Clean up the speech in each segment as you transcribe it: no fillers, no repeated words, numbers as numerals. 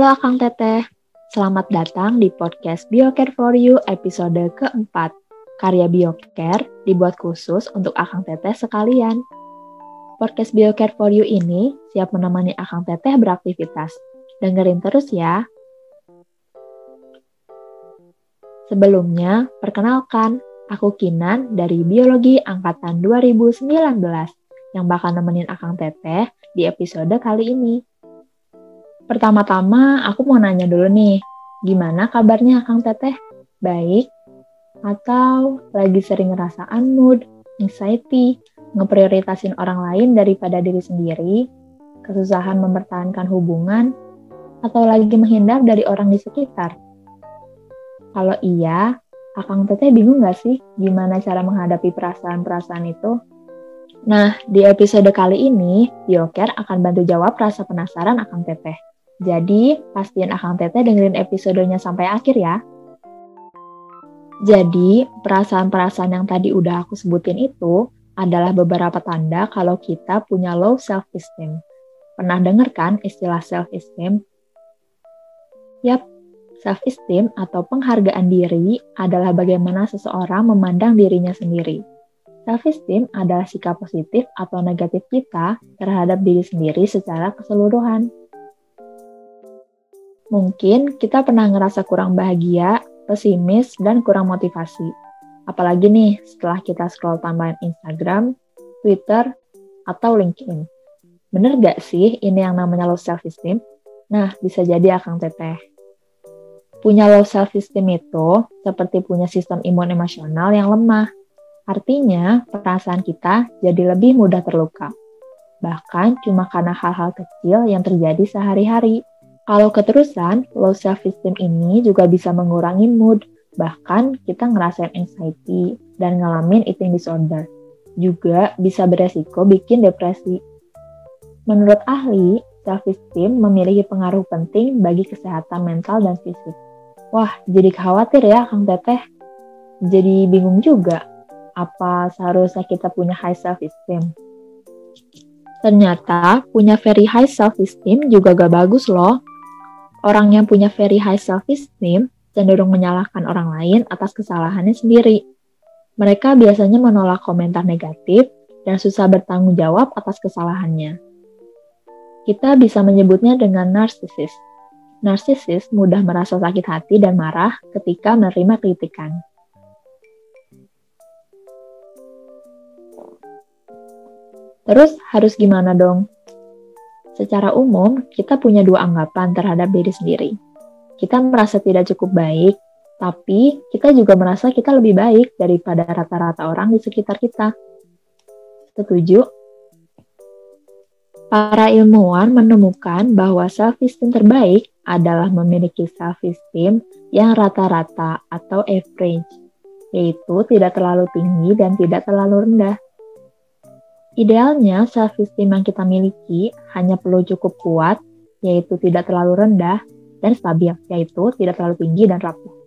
Halo Akang Teteh, selamat datang di podcast Biocare for You episode keempat. Karya Biocare dibuat khusus untuk Akang Teteh sekalian. Podcast Biocare for You ini siap menemani Akang Teteh beraktivitas. Dengerin terus ya. Sebelumnya, perkenalkan, aku Kinan dari Biologi Angkatan 2019 yang bakal nemenin Akang Teteh di episode kali ini. Pertama-tama, aku mau nanya dulu nih, gimana kabarnya Akang Teteh? Baik? Atau lagi sering ngerasaan mood, anxiety, ngeprioritasin orang lain daripada diri sendiri, kesusahan mempertahankan hubungan, atau lagi menghindar dari orang di sekitar? Kalau iya, Akang Teteh bingung gak sih gimana cara menghadapi perasaan-perasaan itu? Nah, di episode kali ini, Biocare akan bantu jawab rasa penasaran Akang Teteh. Jadi, pastiin Akang Teteh dengerin episodenya sampai akhir ya. Jadi, perasaan-perasaan yang tadi udah aku sebutin itu adalah beberapa tanda kalau kita punya low self-esteem. Pernah denger kan istilah self-esteem? Yap, self-esteem atau penghargaan diri adalah bagaimana seseorang memandang dirinya sendiri. Self-esteem adalah sikap positif atau negatif kita terhadap diri sendiri secara keseluruhan. Mungkin kita pernah ngerasa kurang bahagia, pesimis, dan kurang motivasi. Apalagi nih setelah kita scroll tambahan Instagram, Twitter, atau LinkedIn. Bener gak sih ini yang namanya low self-esteem? Nah, bisa jadi Akang Teteh. Punya low self-esteem itu seperti punya sistem imun emosional yang lemah. Artinya, perasaan kita jadi lebih mudah terluka. Bahkan cuma karena hal-hal kecil yang terjadi sehari-hari. Kalau keterusan, low self-esteem ini juga bisa mengurangi mood, bahkan kita ngerasain anxiety dan ngalamin eating disorder. Juga bisa beresiko bikin depresi. Menurut ahli, self-esteem memiliki pengaruh penting bagi kesehatan mental dan fisik. Wah, jadi khawatir ya Kang Teteh. Jadi bingung juga, apa seharusnya kita punya high self-esteem? Ternyata punya very high self-esteem juga gak bagus loh. Orang yang punya very high self-esteem cenderung menyalahkan orang lain atas kesalahannya sendiri. Mereka biasanya menolak komentar negatif dan susah bertanggung jawab atas kesalahannya. Kita bisa menyebutnya dengan narsisis. Narsisis mudah merasa sakit hati dan marah ketika menerima kritikan. Terus harus gimana dong? Secara umum, kita punya dua anggapan terhadap diri sendiri. Kita merasa tidak cukup baik, tapi kita juga merasa kita lebih baik daripada rata-rata orang di sekitar kita. Setuju? Para ilmuwan menemukan bahwa self-esteem terbaik adalah memiliki self-esteem yang rata-rata atau average, yaitu tidak terlalu tinggi dan tidak terlalu rendah. Idealnya, self-esteem yang kita miliki hanya perlu cukup kuat, yaitu tidak terlalu rendah, dan stabil, yaitu tidak terlalu tinggi dan rapuh.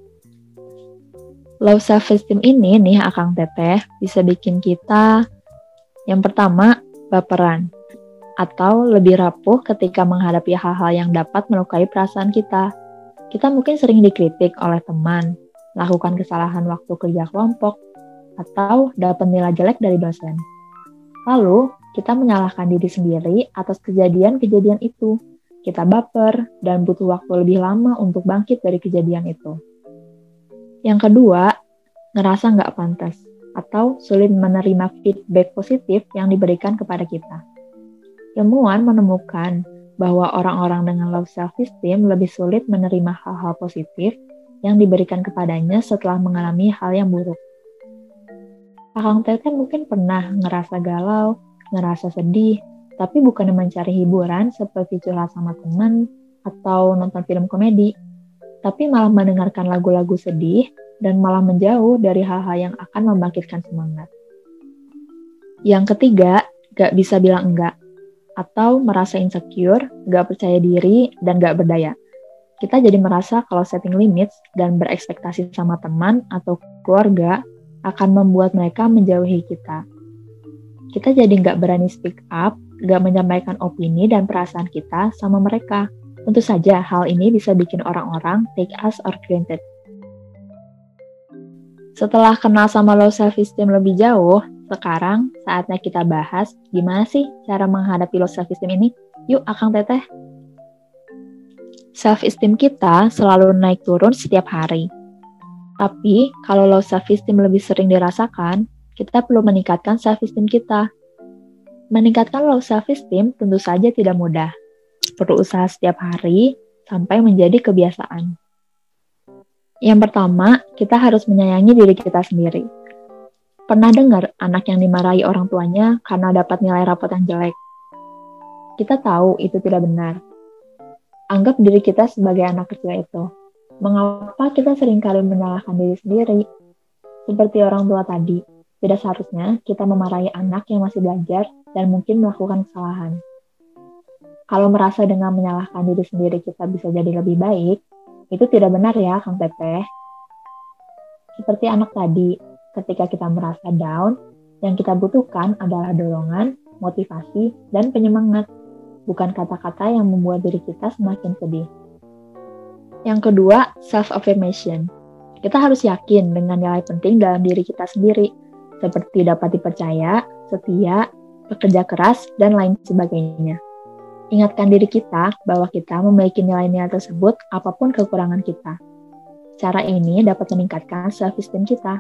Low self-esteem ini nih Akang Teteh bisa bikin kita, yang pertama, baperan, atau lebih rapuh ketika menghadapi hal-hal yang dapat melukai perasaan kita. Kita mungkin sering dikritik oleh teman, lakukan kesalahan waktu kerja kelompok, atau dapat nilai jelek dari dosen. Lalu, kita menyalahkan diri sendiri atas kejadian-kejadian itu. Kita baper dan butuh waktu lebih lama untuk bangkit dari kejadian itu. Yang kedua, ngerasa nggak pantas atau sulit menerima feedback positif yang diberikan kepada kita. Ilmuwan menemukan bahwa orang-orang dengan low self-esteem lebih sulit menerima hal-hal positif yang diberikan kepadanya setelah mengalami hal yang buruk. Akang Teteh mungkin pernah ngerasa galau, ngerasa sedih, tapi bukan mencari hiburan seperti curhat sama teman atau nonton film komedi, tapi malah mendengarkan lagu-lagu sedih dan malah menjauh dari hal-hal yang akan membangkitkan semangat. Yang ketiga, gak bisa bilang enggak, atau merasa insecure, gak percaya diri, dan gak berdaya. Kita jadi merasa kalau setting limits dan berekspektasi sama teman atau keluarga akan membuat mereka menjauhi kita. Kita jadi nggak berani speak up, nggak menyampaikan opini dan perasaan kita sama mereka. Tentu saja hal ini bisa bikin orang-orang take us for granted. Setelah kenal sama low self-esteem lebih jauh, sekarang saatnya kita bahas gimana sih cara menghadapi low self-esteem ini. Yuk, Akang Teteh. Self-esteem kita selalu naik turun setiap hari. Tapi, kalau low self-esteem lebih sering dirasakan, kita perlu meningkatkan self-esteem kita. Meningkatkan low self-esteem tentu saja tidak mudah. Perlu usaha setiap hari sampai menjadi kebiasaan. Yang pertama, kita harus menyayangi diri kita sendiri. Pernah dengar anak yang dimarahi orang tuanya karena dapat nilai rapot yang jelek? Kita tahu itu tidak benar. Anggap diri kita sebagai anak kecil itu. Mengapa kita seringkali menyalahkan diri sendiri? Seperti orang tua tadi, tidak seharusnya kita memarahi anak yang masih belajar dan mungkin melakukan kesalahan. Kalau merasa dengan menyalahkan diri sendiri kita bisa jadi lebih baik, itu tidak benar ya, Kang Teteh. Seperti anak tadi, ketika kita merasa down, yang kita butuhkan adalah dorongan, motivasi, dan penyemangat, bukan kata-kata yang membuat diri kita semakin sedih. Yang kedua, self-affirmation. Kita harus yakin dengan nilai penting dalam diri kita sendiri, seperti dapat dipercaya, setia, bekerja keras, dan lain sebagainya. Ingatkan diri kita bahwa kita memiliki nilai-nilai tersebut apapun kekurangan kita. Cara ini dapat meningkatkan self-esteem kita.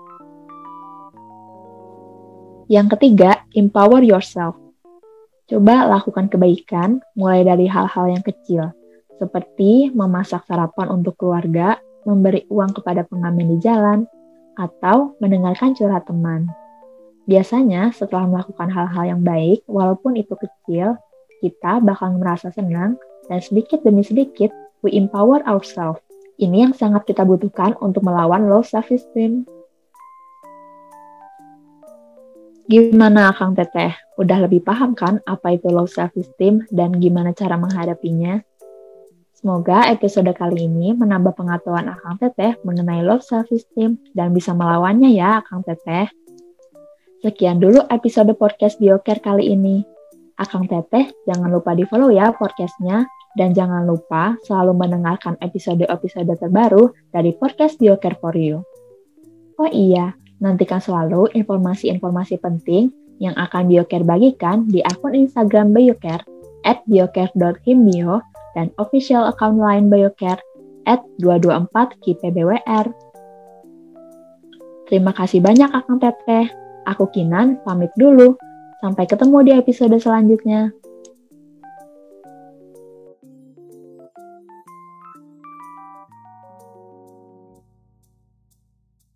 Yang ketiga, empower yourself. Coba lakukan kebaikan mulai dari hal-hal yang kecil, seperti memasak sarapan untuk keluarga, memberi uang kepada pengamen di jalan, atau mendengarkan curhat teman. Biasanya setelah melakukan hal-hal yang baik, walaupun itu kecil, kita bakal merasa senang, dan sedikit demi sedikit, we empower ourselves. Ini yang sangat kita butuhkan untuk melawan low self-esteem. Gimana, Kang Teteh? Udah lebih paham kan apa itu low self-esteem dan gimana cara menghadapinya? Semoga episode kali ini menambah pengetahuan Akang Teteh mengenai low self-esteem dan bisa melawannya ya, Akang Teteh. Sekian dulu episode podcast BioCare kali ini. Akang Teteh, jangan lupa di-follow ya podcastnya, dan jangan lupa selalu mendengarkan episode-episode terbaru dari podcast BioCare for You. Oh iya, nantikan selalu informasi-informasi penting yang akan BioCare bagikan di akun Instagram BioCare @biocare.himbio dan official account line BioCare @224kipbwr. Terima kasih banyak Akang Teteh. Aku Kinan, pamit dulu. Sampai ketemu di episode selanjutnya.